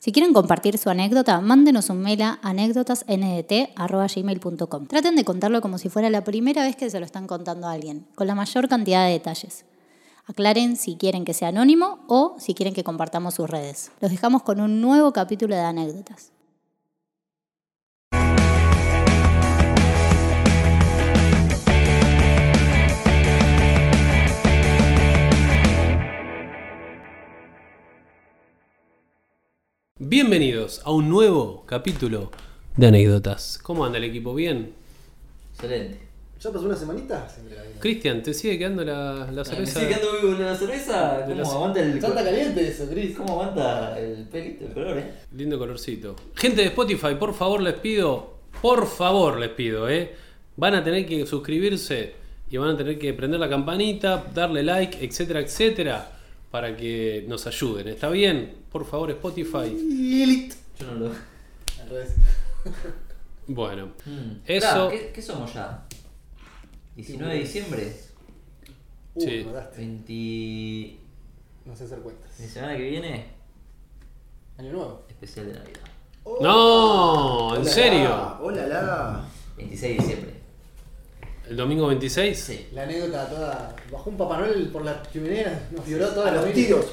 Si quieren compartir su anécdota, mándenos un mail a anécdotasndt@gmail.com. Traten de contarlo como si fuera la primera vez que se lo están contando a alguien, con la mayor cantidad de detalles. Aclaren si quieren que sea anónimo o si quieren que compartamos sus redes. Los dejamos con un nuevo capítulo de anécdotas. Bienvenidos a un nuevo capítulo de anécdotas. ¿Cómo anda el equipo? ¿Bien? Excelente. ¿Ya pasó una semanita? Cristian, ¿te sigue quedando la cerveza? ¿Me sigue quedando vivo la cerveza? ¿Cómo aguanta el Está caliente eso, Cris. ¿Cómo aguanta el pelito, el color, Lindo colorcito. Gente de Spotify, por favor les pido, van a tener que suscribirse y van a tener que prender la campanita, darle like, etcétera, etcétera, para que nos ayuden. ¿Está bien? Por favor, Spotify. Yo no lo... Al revés. Bueno, eso... ¿Qué somos ya? 19 de diciembre. Sí. Me mataste. 20... No sé hacer cuentas. La semana que viene, Año nuevo. especial de Navidad. No, ¿en serio? Hola. 26 de diciembre. ¿El domingo 26? Sí. La anécdota toda. Bajó un Papá Noel por la chimenea, nos violó toda A la los familia. tiros.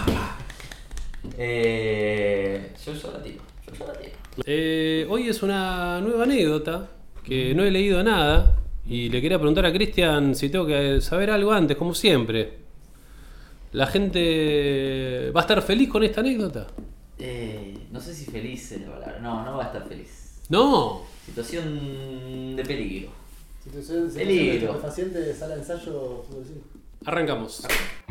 Yo la tiro. Hoy es una nueva anécdota que no he leído nada y le quería preguntar a Cristian si tengo que saber algo antes, como siempre. ¿La gente va a estar feliz con esta anécdota? No sé si feliz es la palabra. No va a estar feliz. ¡No! Situación de peligro. Situación Peligro. de paciente de sala de ensayo fútbol 5. Arrancamos.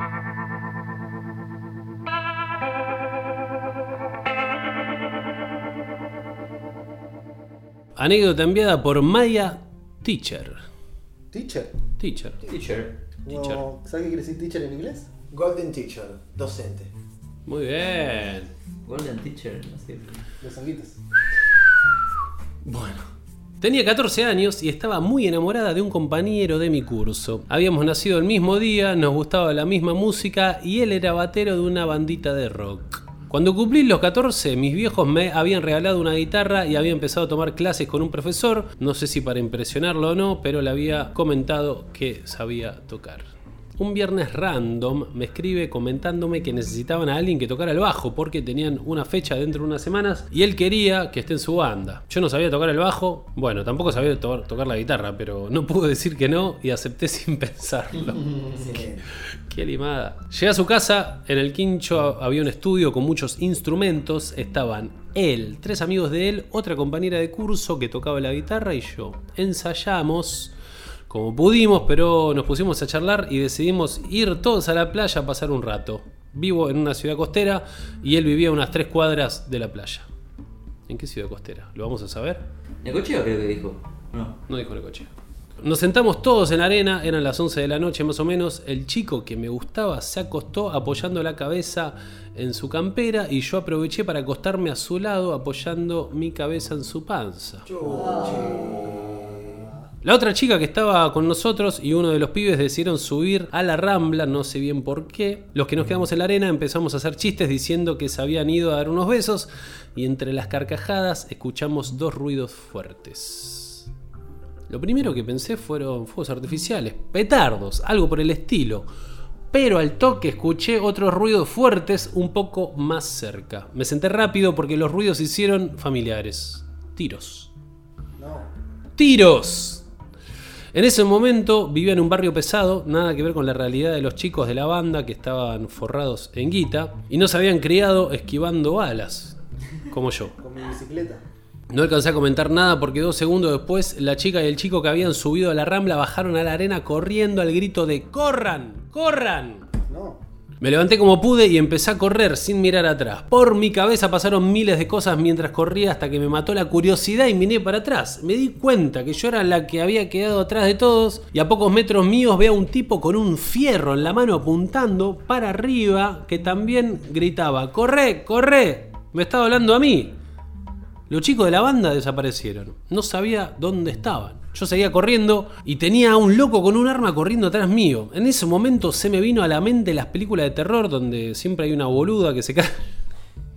Anécdota enviada por Maya Teacher. ¿Teacher? Teacher. No, ¿sabes qué quiere decir teacher en inglés? Golden Teacher, docente. Muy bien. Golden Teacher, no sé. Los sanguitos. Bueno. Tenía 14 años y estaba muy enamorada de un compañero de mi curso. Habíamos nacido el mismo día, nos gustaba la misma música y él era batero de una bandita de rock. Cuando cumplí los 14, mis viejos me habían regalado una guitarra y había empezado a tomar clases con un profesor. No sé si para impresionarlo o no, pero le había comentado que sabía tocar. Un viernes random me escribe comentándome que necesitaban a alguien que tocara el bajo porque tenían una fecha dentro de unas semanas y él quería que esté en su banda. Yo no sabía tocar el bajo, bueno, tampoco sabía tocar la guitarra, pero no pude decir que no y acepté sin pensarlo. Qué limada. Llegué a su casa, en el quincho había un estudio con muchos instrumentos, estaban él, 3 amigos de él, otra compañera de curso que tocaba la guitarra y yo. Ensayamos como pudimos, pero nos pusimos a charlar y decidimos ir todos a la playa a pasar un rato. Vivo en una ciudad costera y él vivía a unas 3 cuadras de la playa. ¿En qué ciudad costera? ¿Lo vamos a saber? ¿Necochea creo que dijo? No dijo Necochea. Nos sentamos todos en la arena, eran las 11 de la noche más o menos. El chico que me gustaba se acostó apoyando la cabeza en su campera y yo aproveché para acostarme a su lado apoyando mi cabeza en su panza. La otra chica que estaba con nosotros y uno de los pibes decidieron subir a la rambla, no sé bien por qué. Los que nos quedamos en la arena empezamos a hacer chistes diciendo que se habían ido a dar unos besos y entre las carcajadas escuchamos 2 ruidos fuertes. Lo primero que pensé fueron fuegos artificiales, petardos, algo por el estilo. Pero al toque escuché otros ruidos fuertes un poco más cerca. Me senté rápido porque los ruidos se hicieron familiares. Tiros. No. ¡Tiros! En ese momento vivía en un barrio pesado, nada que ver con la realidad de los chicos de la banda que estaban forrados en guita y no se habían criado esquivando balas, como yo. Con mi bicicleta. No alcancé a comentar nada porque 2 segundos después la chica y el chico que habían subido a la rambla bajaron a la arena corriendo al grito de ¡corran! ¡Corran! No. Me levanté como pude y empecé a correr sin mirar atrás. Por mi cabeza pasaron miles de cosas mientras corría hasta que me mató la curiosidad y miré para atrás. Me di cuenta que yo era la que había quedado atrás de todos y a pocos metros míos veo a un tipo con un fierro en la mano apuntando para arriba que también gritaba ¡corre! ¡corre! Me estaba hablando a mí. Los chicos de la banda desaparecieron. No sabía dónde estaban. Yo seguía corriendo y tenía a un loco con un arma corriendo atrás mío. En ese momento se me vino a la mente las películas de terror donde siempre hay una boluda que se cae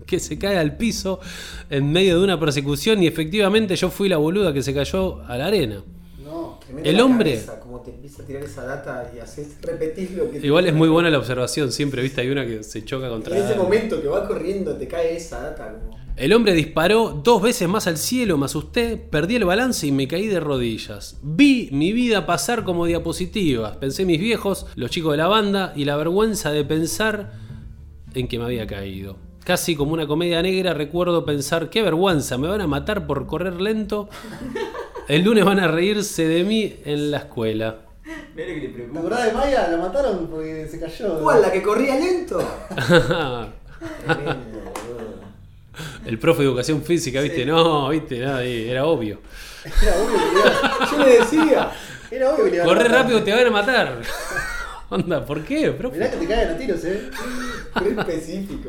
que se cae al piso en medio de una persecución y efectivamente yo fui la boluda que se cayó a la arena. No, El hombre... Cabeza, como te empieza a tirar esa data y haces, repetís lo que... Igual es muy buena la observación, siempre, viste, hay una que se choca Y contra... en ese momento que va corriendo te cae esa data como... El hombre disparó 2 veces más al cielo, me asusté, perdí el balance y me caí de rodillas. Vi mi vida pasar como diapositivas. Pensé en mis viejos, los chicos de la banda y la vergüenza de pensar en que me había caído. Casi como una comedia negra recuerdo pensar, qué vergüenza, me van a matar por correr lento. El lunes van a reírse de mí en la escuela. Mira que le ¿Te preocupa. acordás de Maya? La mataron porque se cayó. ¿Cuál? ¿La que corría lento? El Tremendo, boludo. profe de educación física, viste, no, viste, nada, era obvio. Era obvio que le iba- Yo le decía. Era obvio que le iban a Corre matar. rápido, te van a matar. Onda, ¿por qué, profe? Mirá que te caen a tiros, Re específico.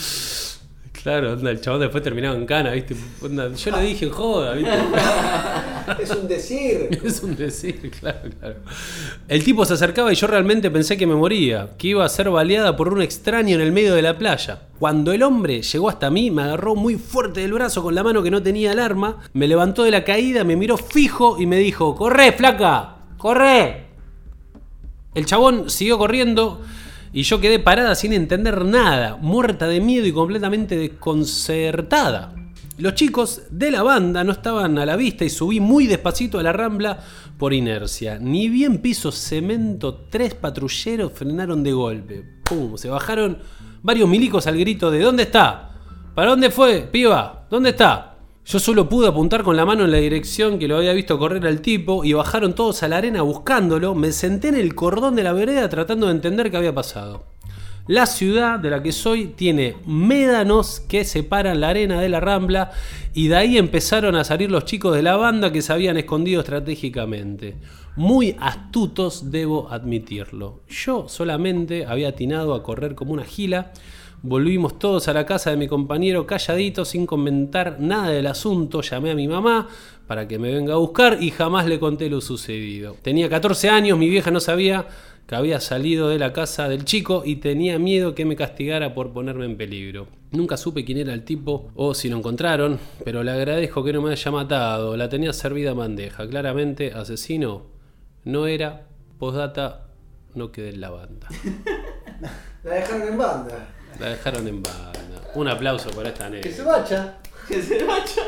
Claro, onda, el chabón después terminaba en cana, viste. Onda, yo lo dije en joda, viste. Es un decir. Es un decir, claro. El tipo se acercaba y yo realmente pensé que me moría, que iba a ser baleada por un extraño en el medio de la playa. Cuando el hombre llegó hasta mí, me agarró muy fuerte del brazo con la mano que no tenía el arma, me levantó de la caída, me miró fijo y me dijo, ¡corre, flaca! ¡Corre! El chabón siguió corriendo y yo quedé parada sin entender nada, muerta de miedo y completamente desconcertada. Los chicos de la banda no estaban a la vista y subí muy despacito a la rambla por inercia. Ni bien piso cemento, 3 patrulleros frenaron de golpe. ¡Pum! Se bajaron varios milicos al grito de ¿dónde está? ¿Para dónde fue, piba? ¿Dónde está? Yo solo pude apuntar con la mano en la dirección que lo había visto correr al tipo y bajaron todos a la arena buscándolo. Me senté en el cordón de la vereda tratando de entender qué había pasado. La ciudad de la que soy tiene médanos que separan la arena de la rambla y de ahí empezaron a salir los chicos de la banda que se habían escondido estratégicamente. Muy astutos, debo admitirlo. Yo solamente había atinado a correr como una gila. Volvimos todos a la casa de mi compañero calladitos sin comentar nada del asunto. Llamé a mi mamá para que me venga a buscar y jamás le conté lo sucedido. Tenía 14 años, mi vieja no sabía que había salido de la casa del chico y tenía miedo que me castigara por ponerme en peligro. Nunca supe quién era el tipo o si lo encontraron, pero le agradezco que no me haya matado. La tenía servida en bandeja. Claramente, asesino no era. Postdata, no quedé en la banda. La dejaron en banda. La dejaron en banda. Un aplauso para esta negra. Que se bacha. Que se vaya.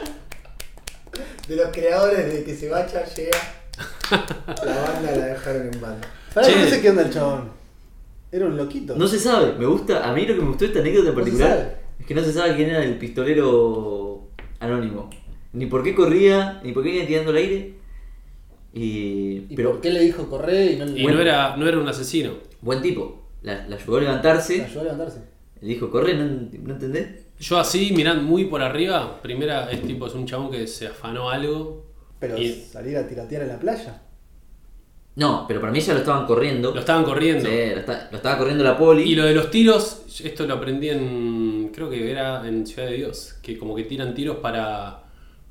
De los creadores de Que se vaya llega. La banda la dejaron en banda. Pará, Che. no sé qué onda el chabón. Era un loquito. No se sabe, me gusta, a mí lo que me gustó de esta anécdota en No se particular sabe. es que no se sabe quién era el pistolero anónimo. Ni por qué corría, ni por qué venía tirando el aire. ¿Y Pero por qué le dijo correr y no le Y no era un asesino. buen tipo, la ayudó a levantarse, le ayudó a levantarse? le dijo corre, ¿no entendés? Yo así, mirando muy por arriba, primera es tipo, es un chabón que se afanó algo. Pero Y- salir a tiratear en la playa. No, pero para mí ya lo estaban corriendo. Lo estaban corriendo. Sí, lo estaba corriendo la poli. Y lo de los tiros, esto lo aprendí en, creo que era en Ciudad de Dios, que como que tiran tiros para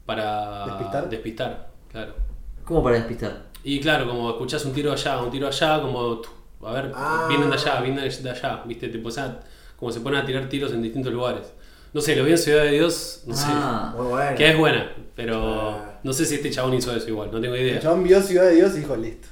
despistar, claro. ¿Cómo para despistar? Y claro, como escuchás un tiro allá, como, a ver, vienen de allá, viste, como se ponen a tirar tiros en distintos lugares. No sé, lo vi en Ciudad de Dios, no Ah. Muy bueno. sé, que es buena, pero no sé si este chabón hizo eso igual, no tengo El idea. chabón vio Ciudad de Dios y dijo listo.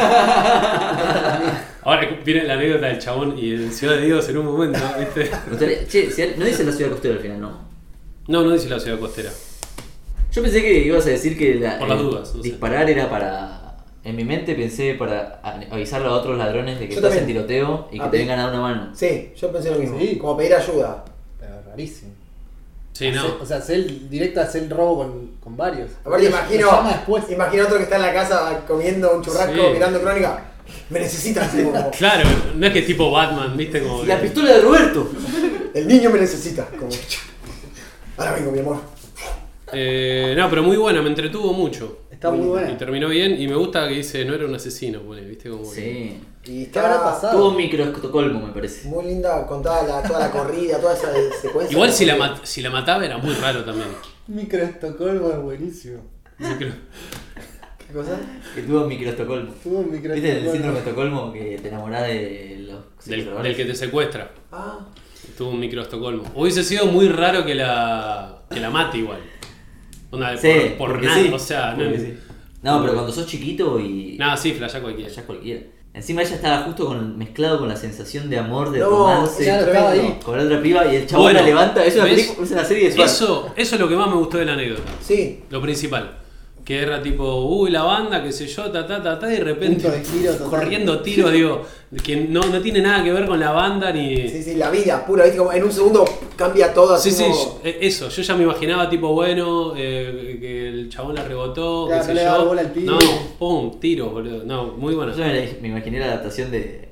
Ahora viene la anécdota del chabón y en Ciudad de Dios en un momento, viste. Che, no dice la ciudad costera al final, ¿no? No dice la ciudad costera. Yo pensé que ibas a decir que Por las dudas, no sé. disparar era para... En mi mente pensé para avisarle a otros ladrones de que Yo estás en también. tiroteo y que Ah, te bien. vengan a dar una mano. Sí, yo pensé lo mismo. Sí. Como pedir ayuda. Pero rarísimo. Sí, no. O sea, hacer el robo con varios. Aparte Lo llama después. imagino otro que está en la casa comiendo un churrasco, Sí. mirando crónica. Me necesitas. Como, Claro, no es que tipo Batman, viste, como... ¡La pistola de Roberto! el niño me necesita. Como, ahora vengo, mi amor. No, pero muy buena, me entretuvo mucho. Está muy Y buena. terminó bien y me gusta que dice, no era un asesino, viste, como... que- Sí. Y ¿Qué habrá está pasado? Todo micro Estocolmo, me parece. muy linda contada toda la corrida, toda esa secuencia. Igual si la mataba era muy raro también. Micro Estocolmo es buenísimo. ¿Qué cosa? Que tuvo micro Estocolmo. Tuvo un micro ¿Viste el síndrome de Estocolmo. Estocolmo que te enamorás de los Del secuestradores? que te secuestra. Ah, Tuvo un micro Estocolmo. Hubiese sido muy raro que la mate igual. Onda, Sí, por porque nada, sí, o sea, no. porque sí. No, pero cuando sos chiquito y. Nada, sí, flashá cualquiera. Ya cualquiera. Encima ella estaba justo mezclado con la sensación de amor, de No, romance. ya estaba ahí. Con la otra piba y el chabón Bueno, la levanta. Es una, ¿ves? es una serie de SWAT. Eso es lo que más me gustó de la anécdota. Sí. Lo principal. Que era tipo, la banda, qué sé yo, y de repente Punto de giro total. corriendo tiros, digo, que no tiene nada que ver con la banda ni. Sí, la vida pura, ¿viste? Como en un segundo cambia todo así. Sí, como... eso, yo ya me imaginaba tipo, bueno, que el chabón la rebotó, Claro, qué sé no le daba yo. bola al pibe. No, pum, tiro, boludo. No, muy bueno. Yo me imaginé la adaptación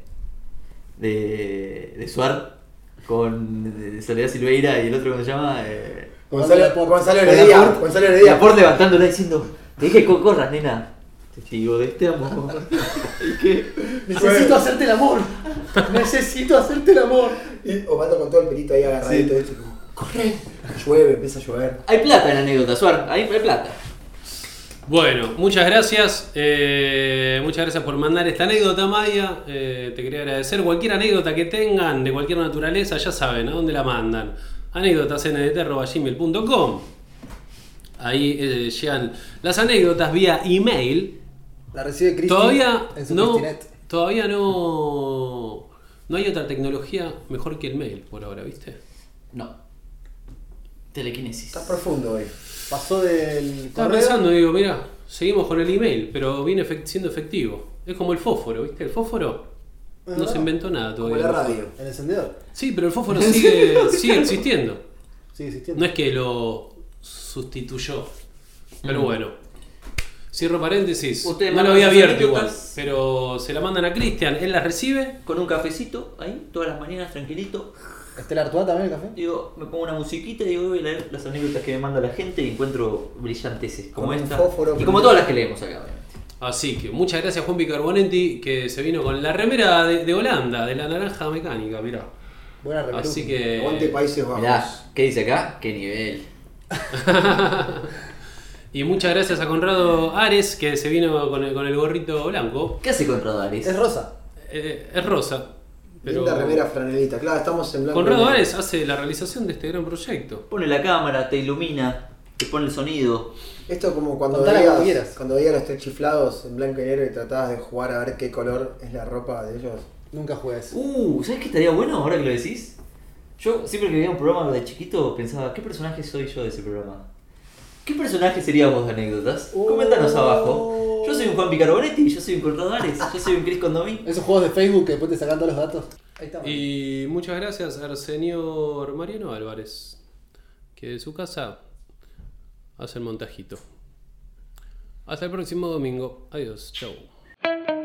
de Suar con Soledad Silveira y el otro, ¿cómo se llama? Gonzalo Heredia. Gonzalo Y Heredia. Laporte levantándola diciendo: te dije que corras, nena. Testigo de este amor. ¿Y qué? Necesito hacerte el amor. Necesito hacerte el amor. Y Osvaldo con todo el pelito ahí agarradito. ¿Viste? Como, corre. Llueve, empieza a llover. Hay plata en la anécdota, Suar. Hay plata. Bueno, muchas gracias. Muchas gracias por mandar esta anécdota, Maya. Te quería agradecer. Cualquier anécdota que tengan de cualquier naturaleza, ya saben a dónde la mandan. anécdotasndt@gmail.com. Ahí llegan las anécdotas vía email. La recibe Cristi Todavía en su no, Cristinet. todavía no hay otra tecnología mejor que el mail por ahora, ¿viste? No. Telequinesis. Está profundo hoy. Pasó del Estaba correo. pensando, digo, mira, seguimos con el email, pero viene siendo efectivo. Es como el fósforo, ¿viste? El fósforo no se inventó nada Como todavía. la radio. El encendedor. Sí, pero el fósforo sigue existiendo. Sigue existiendo. No es que lo sustituyó. Pero bueno. Cierro paréntesis. Ustedes No lo mandan había sus abierto igual. anécdotas. Pero se la mandan a Cristian, él las recibe. Con un cafecito ahí, todas las mañanas, tranquilito. ¿Estela Artois también el café? Digo, me pongo una musiquita y digo, voy a leer las anécdotas que me manda la gente y encuentro brillanteces como Con un esta. fósforo Y como todas las que leemos acá, obviamente. Así que muchas gracias Juan Carbonetti, que se vino con la remera de Holanda, de la naranja mecánica, mirá. Buena remeruca. Así que. Aguante Países Bajos. Mirá, ¿qué dice acá? ¿Qué nivel? Y muchas gracias a Conrado Ares, que se vino con el gorrito blanco. ¿Qué hace Conrado Ares? Es rosa. Es rosa. Pero Linda remera franelita. Claro, estamos en blanco. Conrado y negro. Ares hace la realización de este gran proyecto. Pone la cámara, te ilumina, te pone el sonido. Esto es como cuando Contala como quieras. veías los tres chiflados en blanco y negro y tratabas de jugar a ver qué color es la ropa de ellos. Nunca jugué eso. ¿Sabes qué estaría bueno ahora que lo decís? Yo siempre que veía un programa de chiquito pensaba, ¿qué personaje soy yo de ese programa? ¿Qué personaje sería vos de anécdotas? Coméntanos abajo. Yo soy un Juan Picarbonetti, yo soy un Conrado Ares, yo soy un Chris Condomí. Esos juegos de Facebook que después te sacan todos los datos. Ahí está. Y muchas gracias al señor Mariano Álvarez, que de su casa hace el montajito. Hasta el próximo domingo. Adiós. Chau.